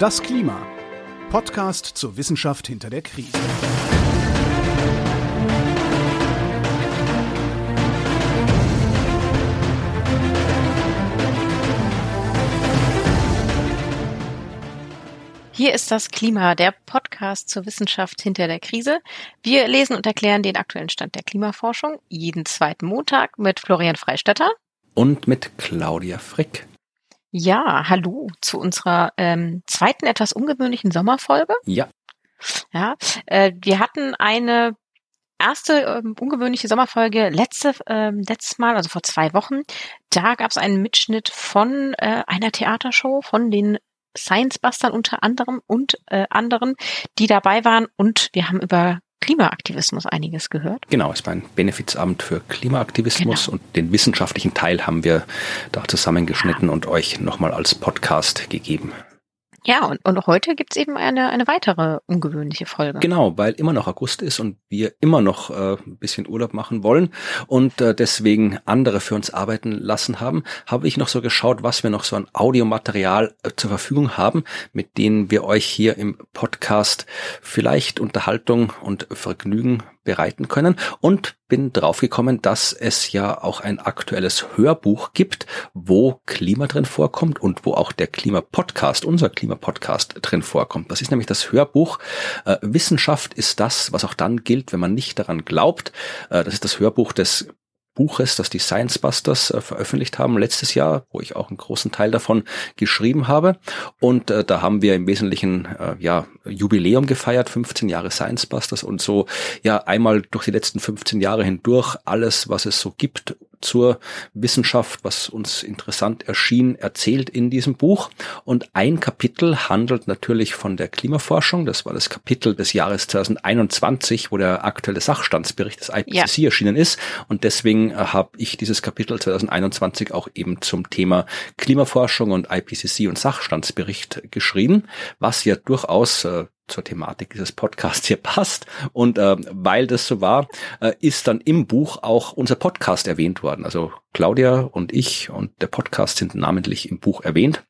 Das Klima. Podcast zur Wissenschaft hinter der Krise. Hier ist das Klima, der Podcast zur Wissenschaft hinter der Krise. Wir lesen und erklären den aktuellen Stand der Klimaforschung jeden zweiten Montag mit Florian Freistetter und mit Claudia Frick. Ja, hallo zu unserer zweiten etwas ungewöhnlichen Sommerfolge. Ja. Wir hatten eine erste ungewöhnliche Sommerfolge letztes Mal, also vor 2 Wochen. Da gab es einen Mitschnitt von einer Theatershow von den Science-Bustern unter anderem und anderen, die dabei waren. Und wir haben über Klimaaktivismus einiges gehört. Genau, es war ein Benefizabend für Klimaaktivismus und den wissenschaftlichen Teil haben wir da zusammengeschnitten und euch nochmal als Podcast gegeben. Ja, und heute gibt's eben eine weitere ungewöhnliche Folge. Genau, weil immer noch August ist und wir immer noch ein bisschen Urlaub machen wollen und deswegen andere für uns arbeiten lassen haben, habe ich noch so geschaut, was wir noch so an Audiomaterial zur Verfügung haben, mit denen wir euch hier im Podcast vielleicht Unterhaltung und Vergnügen bereiten können und bin draufgekommen, dass es ja auch ein aktuelles Hörbuch gibt, wo Klima drin vorkommt und wo auch der Klima-Podcast, unser Klima-Podcast drin vorkommt. Das ist nämlich das Hörbuch Wissenschaft ist das, was auch dann gilt, wenn man nicht daran glaubt. Das ist das Hörbuch des Buches, das die Science Busters veröffentlicht haben letztes Jahr, wo ich auch einen großen Teil davon geschrieben habe. Und da haben wir im Wesentlichen Jubiläum gefeiert, 15 Jahre Science Busters und so einmal durch die letzten 15 Jahre hindurch alles, was es so gibt zur Wissenschaft, was uns interessant erschien, erzählt in diesem Buch. Und ein Kapitel handelt natürlich von der Klimaforschung. Das war das Kapitel des Jahres 2021, wo der aktuelle Sachstandsbericht des IPCC erschienen ist. Und deswegen habe ich dieses Kapitel 2021 auch eben zum Thema Klimaforschung und IPCC und Sachstandsbericht geschrieben, was ja durchaus zur Thematik dieses Podcasts hier passt. Und weil das so war, ist dann im Buch auch unser Podcast erwähnt worden. Also Claudia und ich und der Podcast sind namentlich im Buch erwähnt.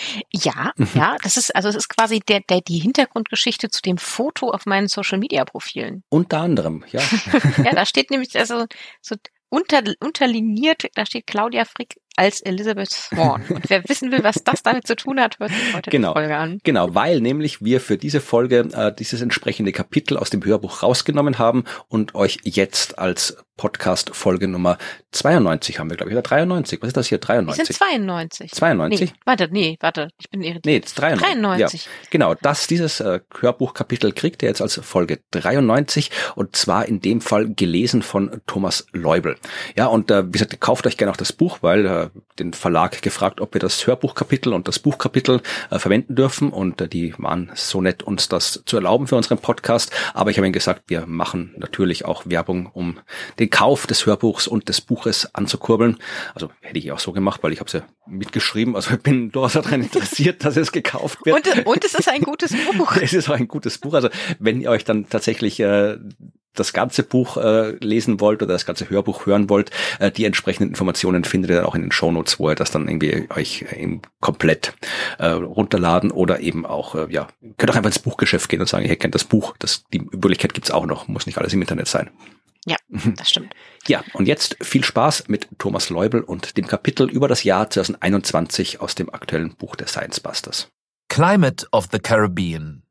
Ja, es ist quasi die Hintergrundgeschichte zu dem Foto auf meinen Social-Media-Profilen. Unter anderem, ja. Ja, da steht nämlich so unterliniert, da steht Claudia Frick als Elizabeth Swann. Und wer wissen will, was das damit zu tun hat, hört sich heute die Folge an. Genau, weil nämlich wir für diese Folge dieses entsprechende Kapitel aus dem Hörbuch rausgenommen haben und euch jetzt als Podcast Folge Nummer 92 haben wir, glaube ich, oder 93. Was ist das hier? 93? Wir sind 92. 92? Warte, ich bin irritiert. Nee, jetzt 93. Ja, genau, dieses Hörbuchkapitel kriegt ihr jetzt als Folge 93 und zwar in dem Fall gelesen von Thomas Leubel. Ja, und wie gesagt, kauft euch gerne auch das Buch, weil den Verlag gefragt, ob wir das Hörbuchkapitel und das Buchkapitel verwenden dürfen und die waren so nett, uns das zu erlauben für unseren Podcast. Aber ich habe ihnen gesagt, wir machen natürlich auch Werbung, um den Kauf des Hörbuchs und des Buches anzukurbeln. Also hätte ich auch so gemacht, weil ich habe es ja mitgeschrieben. Also ich bin durchaus daran interessiert, dass es gekauft wird. Und es ist ein gutes Buch. Es ist auch ein gutes Buch. Also wenn ihr euch dann tatsächlich das ganze Buch lesen wollt oder das ganze Hörbuch hören wollt, die entsprechenden Informationen findet ihr dann auch in den Shownotes, wo ihr das dann irgendwie euch eben komplett runterladen oder eben auch, könnt auch einfach ins Buchgeschäft gehen und sagen, ihr kennt das Buch, die Möglichkeit gibt's auch noch, muss nicht alles im Internet sein. Ja, das stimmt. Ja, und jetzt viel Spaß mit Thomas Leubel und dem Kapitel über das Jahr 2021 aus dem aktuellen Buch der Science Busters. Climate of the Caribbean.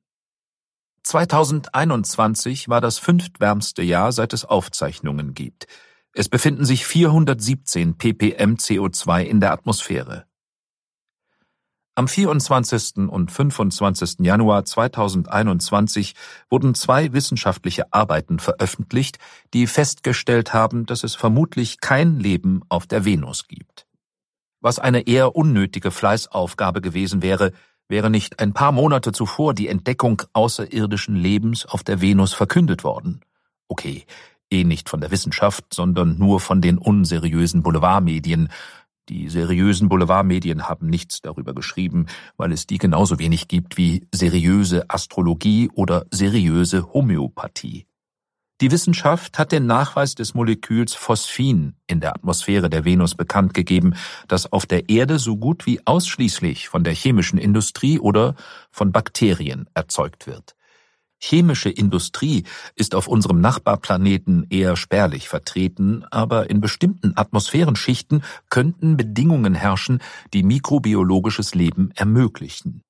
2021 war das 5. wärmste Jahr, seit es Aufzeichnungen gibt. Es befinden sich 417 ppm CO2 in der Atmosphäre. Am 24. und 25. Januar 2021 wurden 2 wissenschaftliche Arbeiten veröffentlicht, die festgestellt haben, dass es vermutlich kein Leben auf der Venus gibt. Was eine eher unnötige Fleißaufgabe gewesen wäre, wäre nicht ein paar Monate zuvor die Entdeckung außerirdischen Lebens auf der Venus verkündet worden. Okay, nicht von der Wissenschaft, sondern nur von den unseriösen Boulevardmedien. Die seriösen Boulevardmedien haben nichts darüber geschrieben, weil es die genauso wenig gibt wie seriöse Astrologie oder seriöse Homöopathie. Die Wissenschaft hat den Nachweis des Moleküls Phosphin in der Atmosphäre der Venus bekannt gegeben, das auf der Erde so gut wie ausschließlich von der chemischen Industrie oder von Bakterien erzeugt wird. Chemische Industrie ist auf unserem Nachbarplaneten eher spärlich vertreten, aber in bestimmten Atmosphärenschichten könnten Bedingungen herrschen, die mikrobiologisches Leben ermöglichen.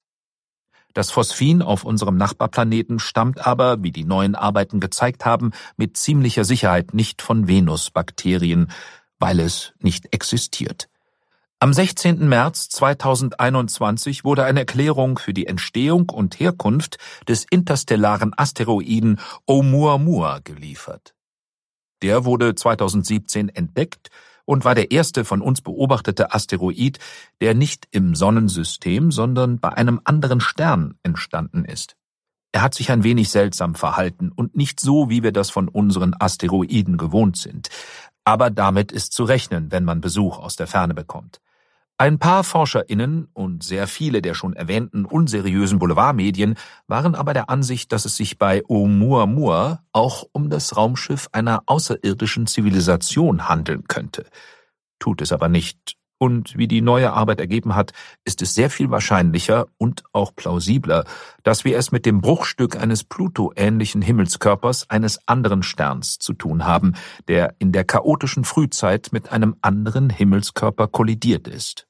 Das Phosphin auf unserem Nachbarplaneten stammt aber, wie die neuen Arbeiten gezeigt haben, mit ziemlicher Sicherheit nicht von Venusbakterien, weil es nicht existiert. Am 16. März 2021 wurde eine Erklärung für die Entstehung und Herkunft des interstellaren Asteroiden Oumuamua geliefert. Der wurde 2017 entdeckt und war der erste von uns beobachtete Asteroid, der nicht im Sonnensystem, sondern bei einem anderen Stern entstanden ist. Er hat sich ein wenig seltsam verhalten und nicht so, wie wir das von unseren Asteroiden gewohnt sind. Aber damit ist zu rechnen, wenn man Besuch aus der Ferne bekommt. Ein paar ForscherInnen und sehr viele der schon erwähnten unseriösen Boulevardmedien waren aber der Ansicht, dass es sich bei Oumuamua auch um das Raumschiff einer außerirdischen Zivilisation handeln könnte. Tut es aber nicht. Und wie die neue Arbeit ergeben hat, ist es sehr viel wahrscheinlicher und auch plausibler, dass wir es mit dem Bruchstück eines Pluto-ähnlichen Himmelskörpers eines anderen Sterns zu tun haben, der in der chaotischen Frühzeit mit einem anderen Himmelskörper kollidiert ist.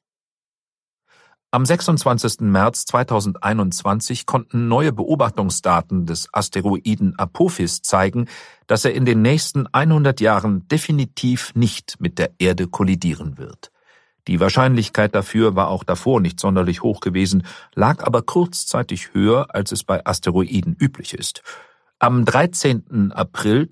Am 26. März 2021 konnten neue Beobachtungsdaten des Asteroiden Apophis zeigen, dass er in den nächsten 100 Jahren definitiv nicht mit der Erde kollidieren wird. Die Wahrscheinlichkeit dafür war auch davor nicht sonderlich hoch gewesen, lag aber kurzzeitig höher, als es bei Asteroiden üblich ist. Am 13. April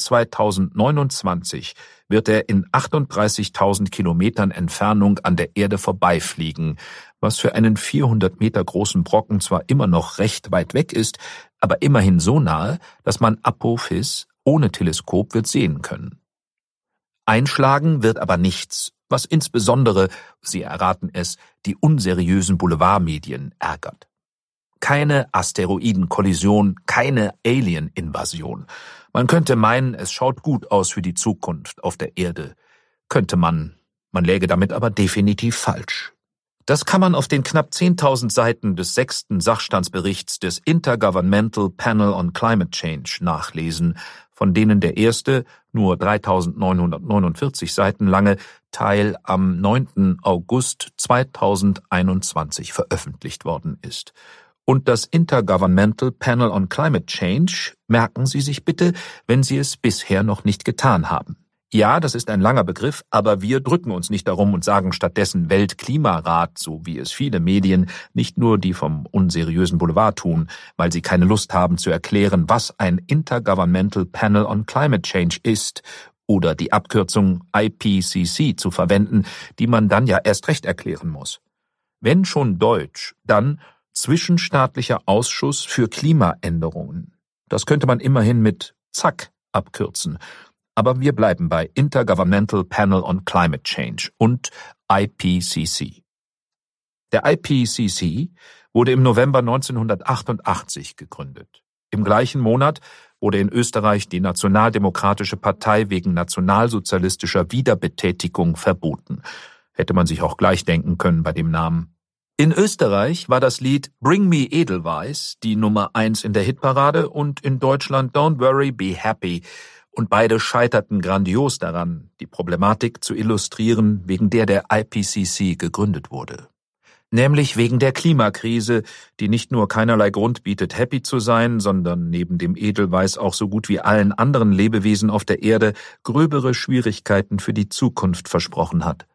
2029 wird er in 38.000 Kilometern Entfernung an der Erde vorbeifliegen, was für einen 400 Meter großen Brocken zwar immer noch recht weit weg ist, aber immerhin so nahe, dass man Apophis ohne Teleskop wird sehen können. Einschlagen wird aber nichts, was insbesondere, Sie erraten es, die unseriösen Boulevardmedien ärgert. Keine Asteroidenkollision, keine Alien-Invasion. Man könnte meinen, es schaut gut aus für die Zukunft auf der Erde. Könnte man läge damit aber definitiv falsch. Das kann man auf den knapp 10.000 Seiten des 6. Sachstandsberichts des Intergovernmental Panel on Climate Change nachlesen, von denen der erste, nur 3.949 Seiten lange, Teil am 9. August 2021 veröffentlicht worden ist. Und das Intergovernmental Panel on Climate Change merken Sie sich bitte, wenn Sie es bisher noch nicht getan haben. Ja, das ist ein langer Begriff, aber wir drücken uns nicht darum und sagen stattdessen Weltklimarat, so wie es viele Medien, nicht nur die vom unseriösen Boulevard tun, weil sie keine Lust haben zu erklären, was ein Intergovernmental Panel on Climate Change ist oder die Abkürzung IPCC zu verwenden, die man dann ja erst recht erklären muss. Wenn schon Deutsch, dann Zwischenstaatlicher Ausschuss für Klimaänderungen. Das könnte man immerhin mit ZAK abkürzen. Aber wir bleiben bei Intergovernmental Panel on Climate Change und IPCC. Der IPCC wurde im November 1988 gegründet. Im gleichen Monat wurde in Österreich die Nationaldemokratische Partei wegen nationalsozialistischer Wiederbetätigung verboten. Hätte man sich auch gleich denken können bei dem Namen. In Österreich war das Lied Bring Me Edelweiss die Nummer 1 in der Hitparade und in Deutschland Don't Worry, Be Happy. Und beide scheiterten grandios daran, die Problematik zu illustrieren, wegen der IPCC gegründet wurde. Nämlich wegen der Klimakrise, die nicht nur keinerlei Grund bietet, happy zu sein, sondern neben dem Edelweiss auch so gut wie allen anderen Lebewesen auf der Erde gröbere Schwierigkeiten für die Zukunft versprochen hat.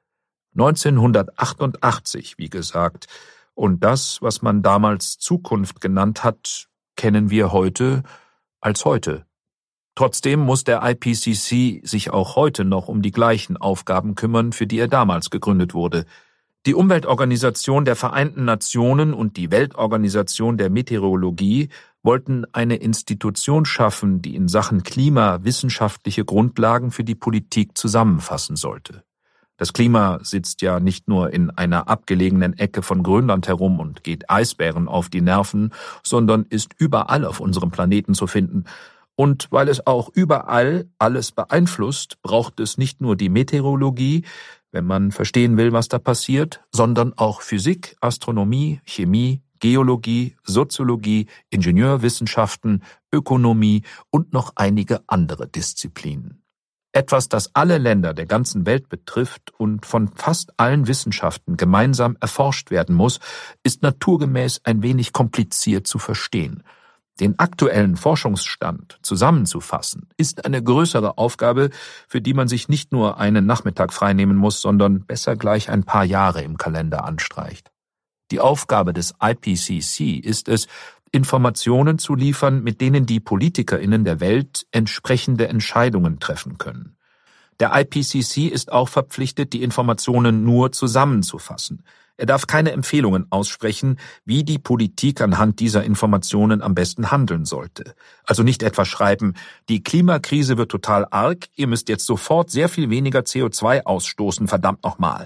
1988, wie gesagt, und das, was man damals Zukunft genannt hat, kennen wir heute als heute. Trotzdem muss der IPCC sich auch heute noch um die gleichen Aufgaben kümmern, für die er damals gegründet wurde. Die Umweltorganisation der Vereinten Nationen und die Weltorganisation der Meteorologie wollten eine Institution schaffen, die in Sachen Klima wissenschaftliche Grundlagen für die Politik zusammenfassen sollte. Das Klima sitzt ja nicht nur in einer abgelegenen Ecke von Grönland herum und geht Eisbären auf die Nerven, sondern ist überall auf unserem Planeten zu finden. Und weil es auch überall alles beeinflusst, braucht es nicht nur die Meteorologie, wenn man verstehen will, was da passiert, sondern auch Physik, Astronomie, Chemie, Geologie, Soziologie, Ingenieurwissenschaften, Ökonomie und noch einige andere Disziplinen. Etwas, das alle Länder der ganzen Welt betrifft und von fast allen Wissenschaften gemeinsam erforscht werden muss, ist naturgemäß ein wenig kompliziert zu verstehen. Den aktuellen Forschungsstand zusammenzufassen, ist eine größere Aufgabe, für die man sich nicht nur einen Nachmittag freinehmen muss, sondern besser gleich ein paar Jahre im Kalender anstreicht. Die Aufgabe des IPCC ist es, Informationen zu liefern, mit denen die PolitikerInnen der Welt entsprechende Entscheidungen treffen können. Der IPCC ist auch verpflichtet, die Informationen nur zusammenzufassen. Er darf keine Empfehlungen aussprechen, wie die Politik anhand dieser Informationen am besten handeln sollte. Also nicht etwa schreiben, die Klimakrise wird total arg, ihr müsst jetzt sofort sehr viel weniger CO2 ausstoßen, verdammt nochmal.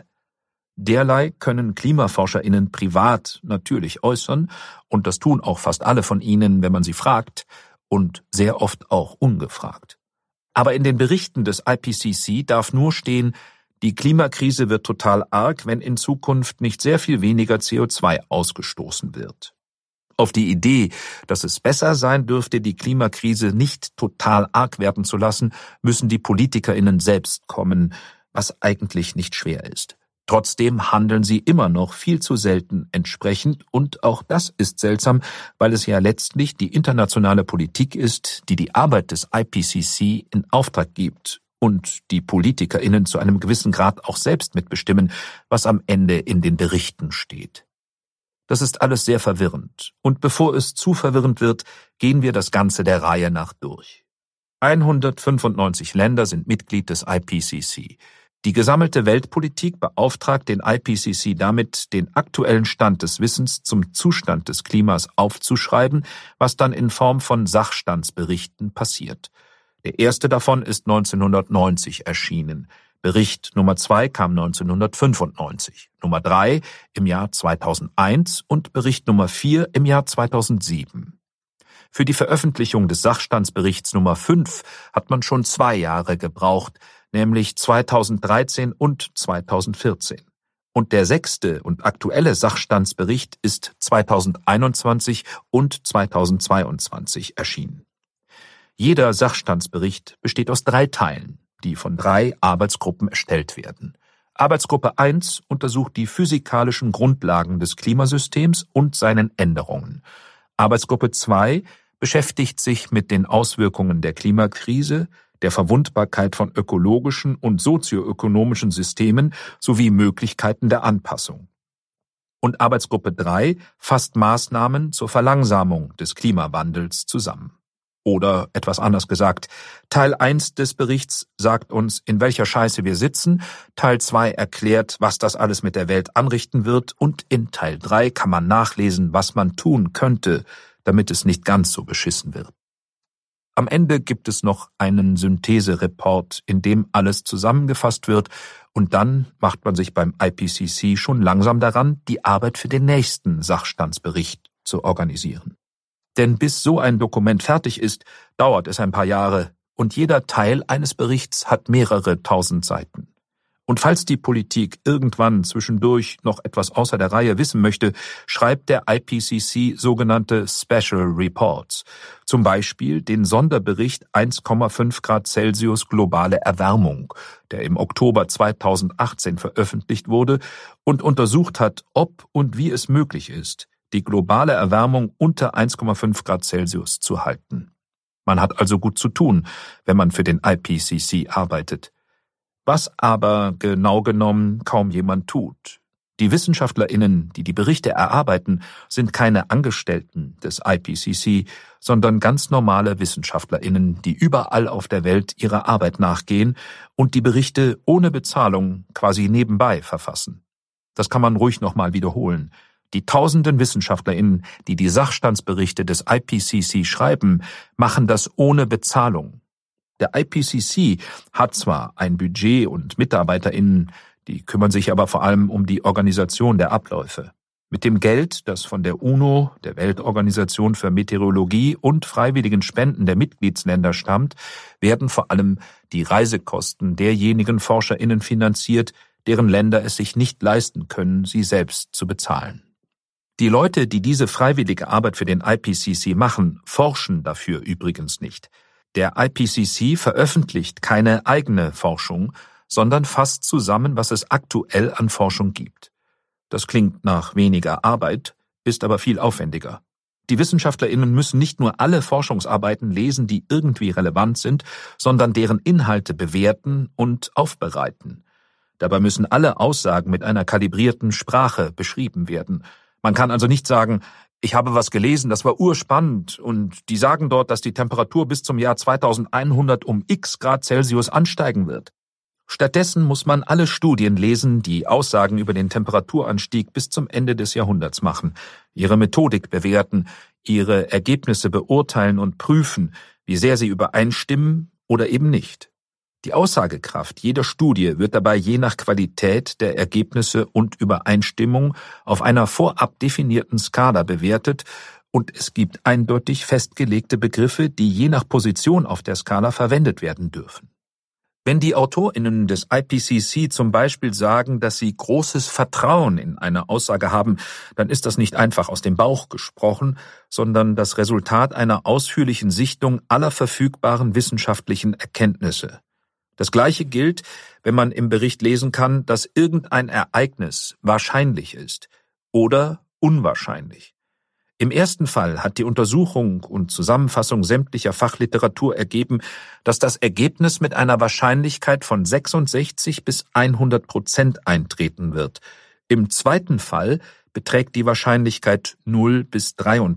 Derlei können KlimaforscherInnen privat natürlich äußern, und das tun auch fast alle von ihnen, wenn man sie fragt, und sehr oft auch ungefragt. Aber in den Berichten des IPCC darf nur stehen, die Klimakrise wird total arg, wenn in Zukunft nicht sehr viel weniger CO2 ausgestoßen wird. Auf die Idee, dass es besser sein dürfte, die Klimakrise nicht total arg werden zu lassen, müssen die PolitikerInnen selbst kommen, was eigentlich nicht schwer ist. Trotzdem handeln sie immer noch viel zu selten entsprechend, und auch das ist seltsam, weil es ja letztlich die internationale Politik ist, die die Arbeit des IPCC in Auftrag gibt und die PolitikerInnen zu einem gewissen Grad auch selbst mitbestimmen, was am Ende in den Berichten steht. Das ist alles sehr verwirrend, und bevor es zu verwirrend wird, gehen wir das Ganze der Reihe nach durch. 195 Länder sind Mitglied des IPCC. Die gesammelte Weltpolitik beauftragt den IPCC damit, den aktuellen Stand des Wissens zum Zustand des Klimas aufzuschreiben, was dann in Form von Sachstandsberichten passiert. Der erste davon ist 1990 erschienen. Bericht Nummer 2 kam 1995, Nummer 3 im Jahr 2001 und Bericht Nummer 4 im Jahr 2007. Für die Veröffentlichung des Sachstandsberichts Nummer 5 hat man schon 2 Jahre gebraucht, nämlich 2013 und 2014. Und der 6. und aktuelle Sachstandsbericht ist 2021 und 2022 erschienen. Jeder Sachstandsbericht besteht aus 3 Teilen, die von 3 Arbeitsgruppen erstellt werden. Arbeitsgruppe 1 untersucht die physikalischen Grundlagen des Klimasystems und seinen Änderungen. Arbeitsgruppe 2 beschäftigt sich mit den Auswirkungen der Klimakrise, der Verwundbarkeit von ökologischen und sozioökonomischen Systemen sowie Möglichkeiten der Anpassung. Und Arbeitsgruppe 3 fasst Maßnahmen zur Verlangsamung des Klimawandels zusammen. Oder etwas anders gesagt, Teil 1 des Berichts sagt uns, in welcher Scheiße wir sitzen, Teil 2 erklärt, was das alles mit der Welt anrichten wird, und in Teil 3 kann man nachlesen, was man tun könnte, damit es nicht ganz so beschissen wird. Am Ende gibt es noch einen Synthesereport, in dem alles zusammengefasst wird, und dann macht man sich beim IPCC schon langsam daran, die Arbeit für den nächsten Sachstandsbericht zu organisieren. Denn bis so ein Dokument fertig ist, dauert es ein paar Jahre, und jeder Teil eines Berichts hat mehrere tausend Seiten. Und falls die Politik irgendwann zwischendurch noch etwas außer der Reihe wissen möchte, schreibt der IPCC sogenannte Special Reports, zum Beispiel den Sonderbericht 1,5 Grad Celsius globale Erwärmung, der im Oktober 2018 veröffentlicht wurde und untersucht hat, ob und wie es möglich ist, die globale Erwärmung unter 1,5 Grad Celsius zu halten. Man hat also gut zu tun, wenn man für den IPCC arbeitet. Was aber genau genommen kaum jemand tut. Die WissenschaftlerInnen, die die Berichte erarbeiten, sind keine Angestellten des IPCC, sondern ganz normale WissenschaftlerInnen, die überall auf der Welt ihrer Arbeit nachgehen und die Berichte ohne Bezahlung quasi nebenbei verfassen. Das kann man ruhig nochmal wiederholen. Die tausenden WissenschaftlerInnen, die die Sachstandsberichte des IPCC schreiben, machen das ohne Bezahlung. Der IPCC hat zwar ein Budget und MitarbeiterInnen, die kümmern sich aber vor allem um die Organisation der Abläufe. Mit dem Geld, das von der UNO, der Weltorganisation für Meteorologie und freiwilligen Spenden der Mitgliedsländer stammt, werden vor allem die Reisekosten derjenigen ForscherInnen finanziert, deren Länder es sich nicht leisten können, sie selbst zu bezahlen. Die Leute, die diese freiwillige Arbeit für den IPCC machen, forschen dafür übrigens nicht. Der IPCC veröffentlicht keine eigene Forschung, sondern fasst zusammen, was es aktuell an Forschung gibt. Das klingt nach weniger Arbeit, ist aber viel aufwendiger. Die WissenschaftlerInnen müssen nicht nur alle Forschungsarbeiten lesen, die irgendwie relevant sind, sondern deren Inhalte bewerten und aufbereiten. Dabei müssen alle Aussagen mit einer kalibrierten Sprache beschrieben werden. Man kann also nicht sagen, ich habe was gelesen, das war urspannend und die sagen dort, dass die Temperatur bis zum Jahr 2100 um x Grad Celsius ansteigen wird. Stattdessen muss man alle Studien lesen, die Aussagen über den Temperaturanstieg bis zum Ende des Jahrhunderts machen, ihre Methodik bewerten, ihre Ergebnisse beurteilen und prüfen, wie sehr sie übereinstimmen oder eben nicht. Die Aussagekraft jeder Studie wird dabei je nach Qualität der Ergebnisse und Übereinstimmung auf einer vorab definierten Skala bewertet und es gibt eindeutig festgelegte Begriffe, die je nach Position auf der Skala verwendet werden dürfen. Wenn die AutorInnen des IPCC zum Beispiel sagen, dass sie großes Vertrauen in eine Aussage haben, dann ist das nicht einfach aus dem Bauch gesprochen, sondern das Resultat einer ausführlichen Sichtung aller verfügbaren wissenschaftlichen Erkenntnisse. Das Gleiche gilt, wenn man im Bericht lesen kann, dass irgendein Ereignis wahrscheinlich ist oder unwahrscheinlich. Im ersten Fall hat die Untersuchung und Zusammenfassung sämtlicher Fachliteratur ergeben, dass das Ergebnis mit einer Wahrscheinlichkeit von 66 bis 100% eintreten wird. Im zweiten Fall beträgt die Wahrscheinlichkeit 0 bis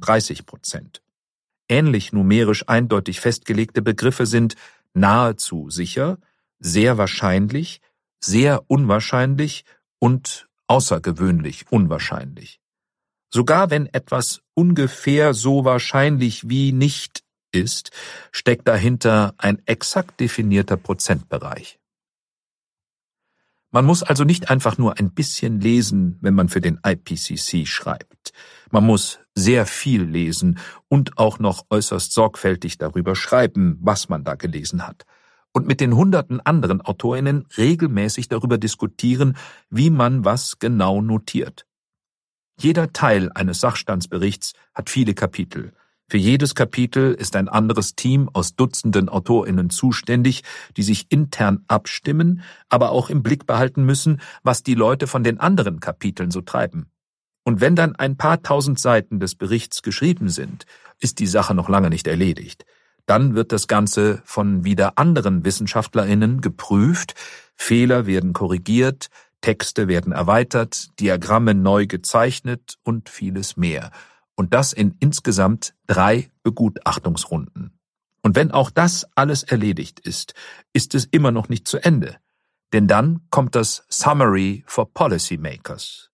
33%. Ähnlich numerisch eindeutig festgelegte Begriffe sind nahezu sicher, sehr wahrscheinlich, sehr unwahrscheinlich und außergewöhnlich unwahrscheinlich. Sogar wenn etwas ungefähr so wahrscheinlich wie nicht ist, steckt dahinter ein exakt definierter Prozentbereich. Man muss also nicht einfach nur ein bisschen lesen, wenn man für den IPCC schreibt. Man muss sehr viel lesen und auch noch äußerst sorgfältig darüber schreiben, was man da gelesen hat. Und mit den hunderten anderen AutorInnen regelmäßig darüber diskutieren, wie man was genau notiert. Jeder Teil eines Sachstandsberichts hat viele Kapitel. Für jedes Kapitel ist ein anderes Team aus Dutzenden AutorInnen zuständig, die sich intern abstimmen, aber auch im Blick behalten müssen, was die Leute von den anderen Kapiteln so treiben. Und wenn dann ein paar tausend Seiten des Berichts geschrieben sind, ist die Sache noch lange nicht erledigt. Dann wird das Ganze von wieder anderen WissenschaftlerInnen geprüft, Fehler werden korrigiert, Texte werden erweitert, Diagramme neu gezeichnet und vieles mehr. Und das in insgesamt 3 Begutachtungsrunden. Und wenn auch das alles erledigt ist, ist es immer noch nicht zu Ende. Denn dann kommt das Summary for Policymakers.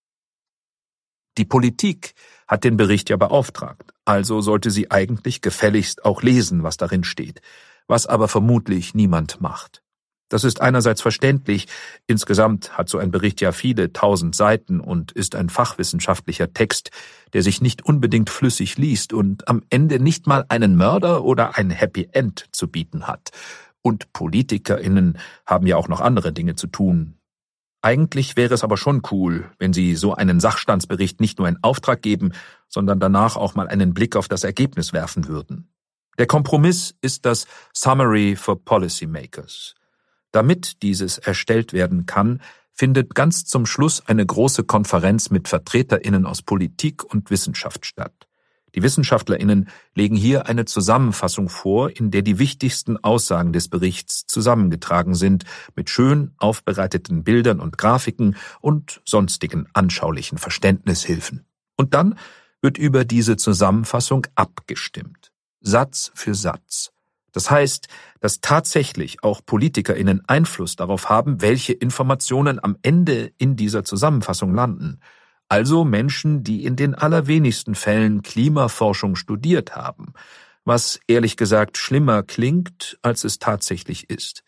Die Politik hat den Bericht ja beauftragt, also sollte sie eigentlich gefälligst auch lesen, was darin steht, was aber vermutlich niemand macht. Das ist einerseits verständlich, insgesamt hat so ein Bericht ja viele 1000 Seiten und ist ein fachwissenschaftlicher Text, der sich nicht unbedingt flüssig liest und am Ende nicht mal einen Mörder oder ein Happy End zu bieten hat. Und PolitikerInnen haben ja auch noch andere Dinge zu tun. Eigentlich wäre es aber schon cool, wenn sie so einen Sachstandsbericht nicht nur in Auftrag geben, sondern danach auch mal einen Blick auf das Ergebnis werfen würden. Der Kompromiss ist das Summary for Policymakers. Damit dieses erstellt werden kann, findet ganz zum Schluss eine große Konferenz mit VertreterInnen aus Politik und Wissenschaft statt. Die WissenschaftlerInnen legen hier eine Zusammenfassung vor, in der die wichtigsten Aussagen des Berichts zusammengetragen sind, mit schön aufbereiteten Bildern und Grafiken und sonstigen anschaulichen Verständnishilfen. Und dann wird über diese Zusammenfassung abgestimmt, Satz für Satz. Das heißt, dass tatsächlich auch PolitikerInnen Einfluss darauf haben, welche Informationen am Ende in dieser Zusammenfassung landen. Also Menschen, die in den allerwenigsten Fällen Klimaforschung studiert haben, was ehrlich gesagt schlimmer klingt, als es tatsächlich ist.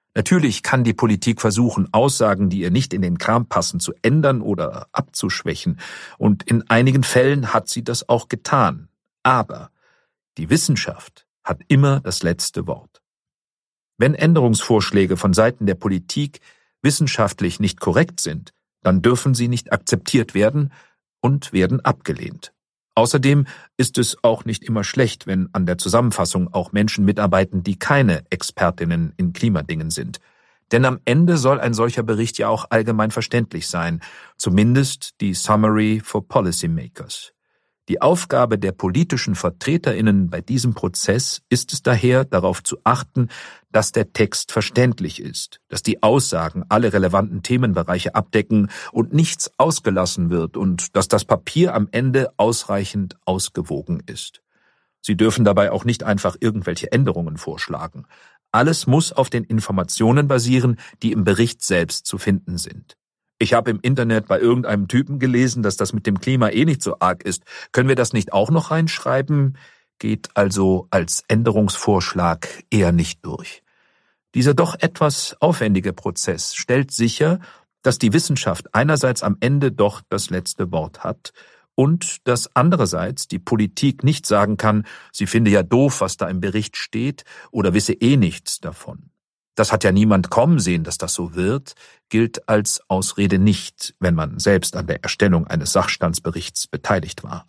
Natürlich kann die Politik versuchen, Aussagen, die ihr nicht in den Kram passen, zu ändern oder abzuschwächen. Und in einigen Fällen hat sie das auch getan. Aber die Wissenschaft hat immer das letzte Wort. Wenn Änderungsvorschläge von Seiten der Politik wissenschaftlich nicht korrekt sind, dann dürfen sie nicht akzeptiert werden und werden abgelehnt. Außerdem ist es auch nicht immer schlecht, wenn an der Zusammenfassung auch Menschen mitarbeiten, die keine Expertinnen in Klimadingen sind. Denn am Ende soll ein solcher Bericht ja auch allgemein verständlich sein, zumindest die Summary for Policymakers. Die Aufgabe der politischen VertreterInnen bei diesem Prozess ist es daher, darauf zu achten, dass der Text verständlich ist, dass die Aussagen alle relevanten Themenbereiche abdecken und nichts ausgelassen wird und dass das Papier am Ende ausreichend ausgewogen ist. Sie dürfen dabei auch nicht einfach irgendwelche Änderungen vorschlagen. Alles muss auf den Informationen basieren, die im Bericht selbst zu finden sind. Ich habe im Internet bei irgendeinem Typen gelesen, dass das mit dem Klima nicht so arg ist. Können wir das nicht auch noch reinschreiben? Geht also als Änderungsvorschlag eher nicht durch. Dieser doch etwas aufwendige Prozess stellt sicher, dass die Wissenschaft einerseits am Ende doch das letzte Wort hat und dass andererseits die Politik nicht sagen kann, sie finde ja doof, was da im Bericht steht oder wisse nichts davon. Das hat ja niemand kommen sehen, dass das so wird, gilt als Ausrede nicht, wenn man selbst an der Erstellung eines Sachstandsberichts beteiligt war.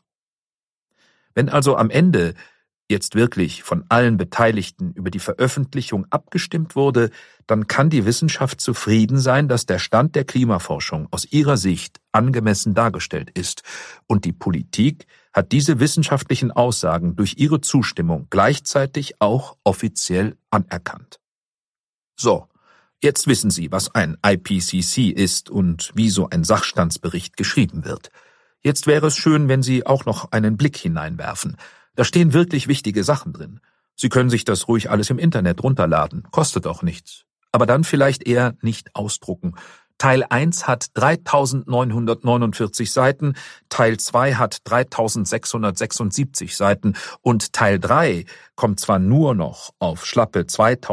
Wenn also am Ende jetzt wirklich von allen Beteiligten über die Veröffentlichung abgestimmt wurde, dann kann die Wissenschaft zufrieden sein, dass der Stand der Klimaforschung aus ihrer Sicht angemessen dargestellt ist und die Politik hat diese wissenschaftlichen Aussagen durch ihre Zustimmung gleichzeitig auch offiziell anerkannt. So, jetzt wissen Sie, was ein IPCC ist und wie so ein Sachstandsbericht geschrieben wird. Jetzt wäre es schön, wenn Sie auch noch einen Blick hineinwerfen. Da stehen wirklich wichtige Sachen drin. Sie können sich das ruhig alles im Internet runterladen, kostet auch nichts. Aber dann vielleicht eher nicht ausdrucken. Teil 1 hat 3949 Seiten, Teil 2 hat 3676 Seiten und Teil 3 kommt zwar nur noch auf schlappe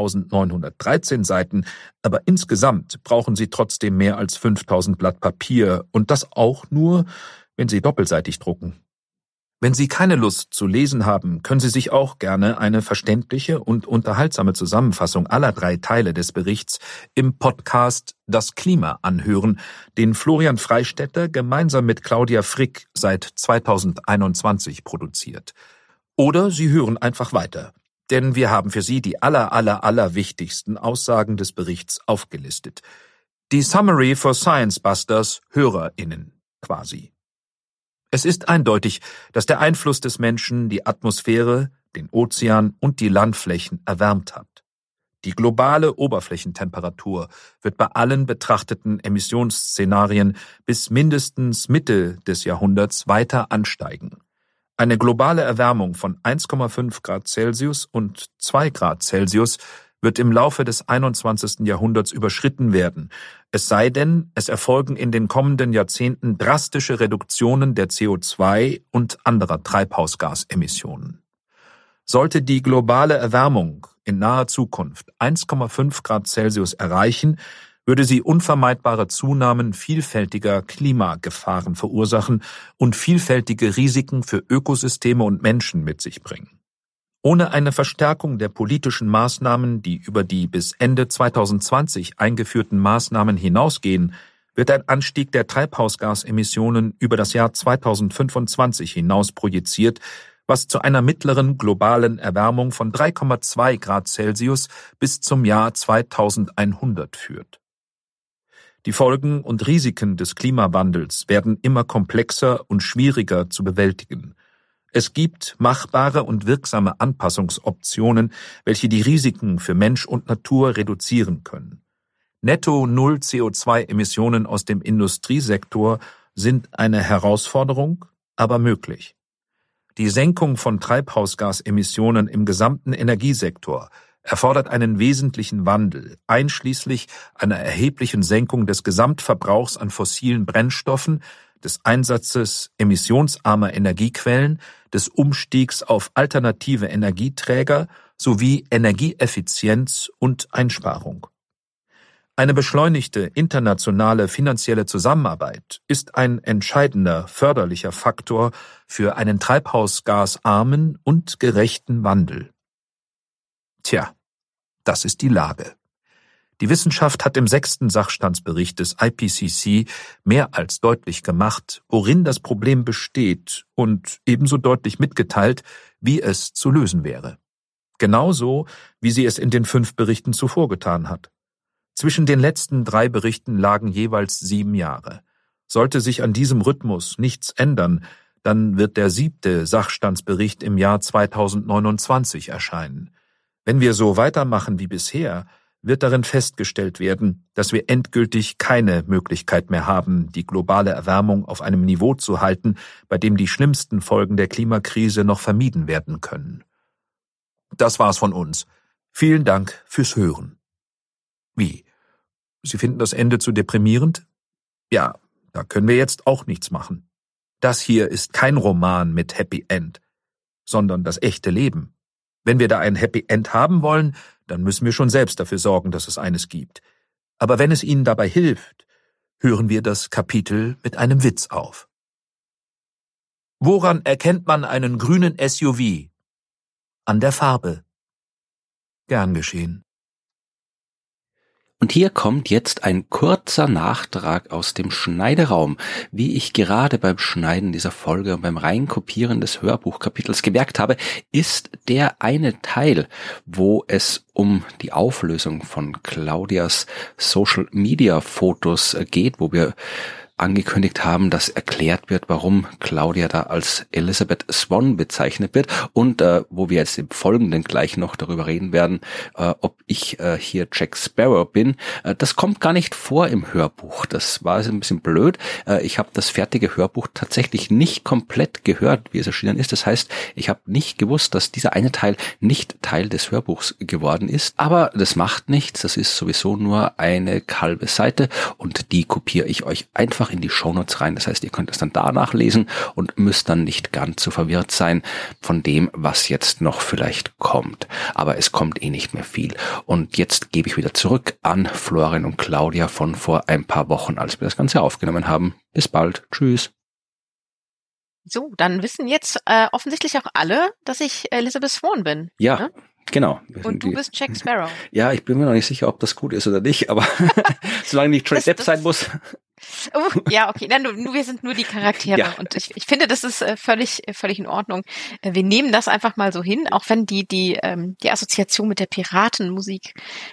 2913 Seiten, aber insgesamt brauchen Sie trotzdem mehr als 5000 Blatt Papier und das auch nur, wenn Sie doppelseitig drucken. Wenn Sie keine Lust zu lesen haben, können Sie sich auch gerne eine verständliche und unterhaltsame Zusammenfassung aller 3 Teile des Berichts im Podcast Das Klima anhören, den Florian Freistetter gemeinsam mit Claudia Frick seit 2021 produziert. Oder Sie hören einfach weiter, denn wir haben für Sie die aller wichtigsten Aussagen des Berichts aufgelistet. Die Summary for Science Busters HörerInnen quasi. Es ist eindeutig, dass der Einfluss des Menschen die Atmosphäre, den Ozean und die Landflächen erwärmt hat. Die globale Oberflächentemperatur wird bei allen betrachteten Emissionsszenarien bis mindestens Mitte des Jahrhunderts weiter ansteigen. Eine globale Erwärmung von 1,5 Grad Celsius und 2 Grad Celsius wird im Laufe des 21. Jahrhunderts überschritten werden, es sei denn, es erfolgen in den kommenden Jahrzehnten drastische Reduktionen der CO2 und anderer Treibhausgasemissionen. Sollte die globale Erwärmung in naher Zukunft 1,5 Grad Celsius erreichen, würde sie unvermeidbare Zunahmen vielfältiger Klimagefahren verursachen und vielfältige Risiken für Ökosysteme und Menschen mit sich bringen. Ohne eine Verstärkung der politischen Maßnahmen, die über die bis Ende 2020 eingeführten Maßnahmen hinausgehen, wird ein Anstieg der Treibhausgasemissionen über das Jahr 2025 hinaus projiziert, was zu einer mittleren globalen Erwärmung von 3,2 Grad Celsius bis zum Jahr 2100 führt. Die Folgen und Risiken des Klimawandels werden immer komplexer und schwieriger zu bewältigen. Es gibt machbare und wirksame Anpassungsoptionen, welche die Risiken für Mensch und Natur reduzieren können. Netto-Null CO2-Emissionen aus dem Industriesektor sind eine Herausforderung, aber möglich. Die Senkung von Treibhausgasemissionen im gesamten Energiesektor erfordert einen wesentlichen Wandel, einschließlich einer erheblichen Senkung des Gesamtverbrauchs an fossilen Brennstoffen, des Einsatzes emissionsarmer Energiequellen, des Umstiegs auf alternative Energieträger sowie Energieeffizienz und Einsparung. Eine beschleunigte internationale finanzielle Zusammenarbeit ist ein entscheidender förderlicher Faktor für einen treibhausgasarmen und gerechten Wandel. Tja, das ist die Lage. Die Wissenschaft hat im 6. Sachstandsbericht des IPCC mehr als deutlich gemacht, worin das Problem besteht und ebenso deutlich mitgeteilt, wie es zu lösen wäre. Genauso, wie sie es in den 5 Berichten zuvor getan hat. Zwischen den letzten 3 Berichten lagen jeweils 7 Jahre. Sollte sich an diesem Rhythmus nichts ändern, dann wird der 7. Sachstandsbericht im Jahr 2029 erscheinen. Wenn wir so weitermachen wie bisher, wird darin festgestellt werden, dass wir endgültig keine Möglichkeit mehr haben, die globale Erwärmung auf einem Niveau zu halten, bei dem die schlimmsten Folgen der Klimakrise noch vermieden werden können. Das war's von uns. Vielen Dank fürs Hören. Wie? Sie finden das Ende zu deprimierend? Ja, da können wir jetzt auch nichts machen. Das hier ist kein Roman mit Happy End, sondern das echte Leben. Wenn wir da ein Happy End haben wollen, dann müssen wir schon selbst dafür sorgen, dass es eines gibt. Aber wenn es Ihnen dabei hilft, hören wir das Kapitel mit einem Witz auf. Woran erkennt man einen grünen SUV? An der Farbe. Gern geschehen. Und hier kommt jetzt ein kurzer Nachtrag aus dem Schneideraum. Wie ich gerade beim Schneiden dieser Folge und beim Reinkopieren des Hörbuchkapitels gemerkt habe, ist der eine Teil, wo es um die Auflösung von Claudias Social-Media-Fotos geht, wo wir angekündigt haben, dass erklärt wird, warum Claudia da als Elizabeth Swann bezeichnet wird und wo wir jetzt im Folgenden gleich noch darüber reden werden, ob ich hier Jack Sparrow bin. Das kommt gar nicht vor im Hörbuch. Das war ein bisschen blöd. Ich habe das fertige Hörbuch tatsächlich nicht komplett gehört, wie es erschienen ist. Das heißt, ich habe nicht gewusst, dass dieser eine Teil nicht Teil des Hörbuchs geworden ist. Aber das macht nichts. Das ist sowieso nur eine halbe Seite und die kopiere ich euch einfach in die Shownotes rein. Das heißt, ihr könnt es dann da nachlesen und müsst dann nicht ganz so verwirrt sein von dem, was jetzt noch vielleicht kommt. Aber es kommt eh nicht mehr viel. Und jetzt gebe ich wieder zurück an Florian und Claudia von vor ein paar Wochen, als wir das Ganze aufgenommen haben. Bis bald. Tschüss. So, dann wissen jetzt offensichtlich auch alle, dass ich Elizabeth Swann bin. Ja. Ne? Genau. Und du bist Jack Sparrow. Ja, ich bin mir noch nicht sicher, ob das gut ist oder nicht, aber solange nicht Johnny Depp sein muss. Oh, ja, okay. Nein, wir sind nur die Charaktere. Ja. Und ich finde, das ist völlig in Ordnung. Wir nehmen das einfach mal so hin, auch wenn die Assoziation mit der Piratenmusik,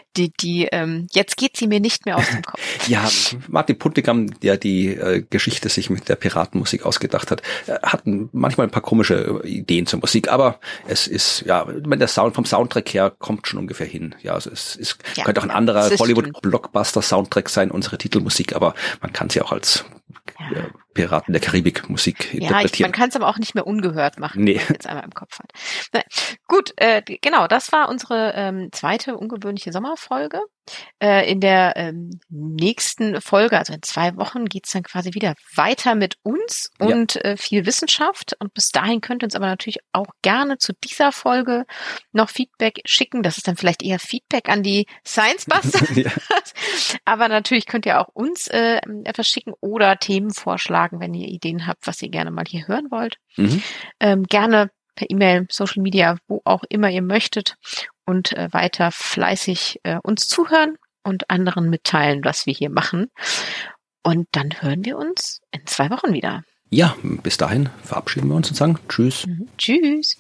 jetzt geht sie mir nicht mehr aus dem Kopf. Ja, Martin Puntigam, der die Geschichte sich mit der Piratenmusik ausgedacht hat, hat manchmal ein paar komische Ideen zur Musik, aber es ist, ja, wenn der Sound vom Soundtrack her kommt schon ungefähr hin. Ja, also es könnte auch ein anderer Hollywood-Blockbuster-Soundtrack sein, unsere Titelmusik, aber man kann sie auch als Piraten der Karibik Musik interpretieren. Man kann es aber auch nicht mehr ungehört machen, nee. Wenn man jetzt einmal im Kopf hat. Na, gut, genau, das war unsere zweite ungewöhnliche Sommerfolge. In der nächsten Folge, also in 2 Wochen, geht's dann quasi wieder weiter mit uns und viel Wissenschaft. Und bis dahin könnt ihr uns aber natürlich auch gerne zu dieser Folge noch Feedback schicken. Das ist dann vielleicht eher Feedback an die Science Buster. Ja. Aber natürlich könnt ihr auch uns etwas schicken oder Themen vorschlagen, wenn ihr Ideen habt, was ihr gerne mal hier hören wollt. Mhm. Gerne per E-Mail, Social Media, wo auch immer ihr möchtet und weiter fleißig uns zuhören und anderen mitteilen, was wir hier machen. Und dann hören wir uns in 2 Wochen wieder. Ja, bis dahin verabschieden wir uns und sagen Tschüss. Mhm. Tschüss.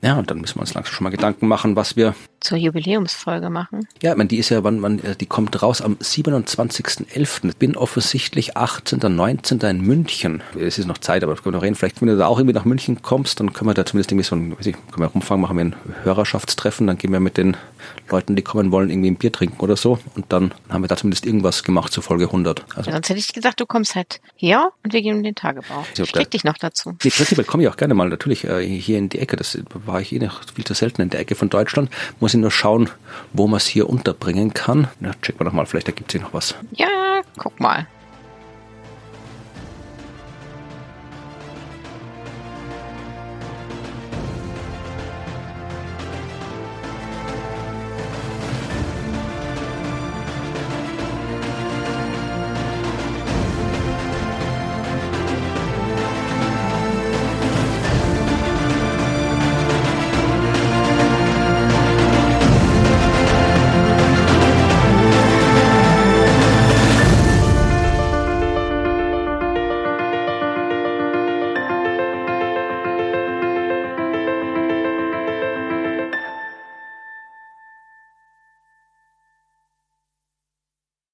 Ja, und dann müssen wir uns langsam schon mal Gedanken machen, was wir zur Jubiläumsfolge machen. Ja, ich meine, die ist ja, die kommt raus am 27.11. Ich bin offensichtlich 18., 19. in München. Es ist noch Zeit, aber wir können noch reden. Vielleicht, wenn du da auch irgendwie nach München kommst, dann können wir da zumindest irgendwie so ein, können wir rumfahren, machen wir ein Hörerschaftstreffen, dann gehen wir mit den Leuten, die kommen wollen, irgendwie ein Bier trinken oder so. Und dann haben wir da zumindest irgendwas gemacht zur Folge 100. Also, ja, sonst hätte ich gesagt, du kommst halt her und wir gehen in den Tagebau. Ich krieg dich noch dazu. Nee, prinzipiell komme ich auch gerne mal natürlich hier in die Ecke. Das war ich noch viel zu selten in der Ecke von Deutschland. Muss ich nur schauen, wo man es hier unterbringen kann. Na, checken wir doch mal, vielleicht ergibt sich noch was. Ja, guck mal.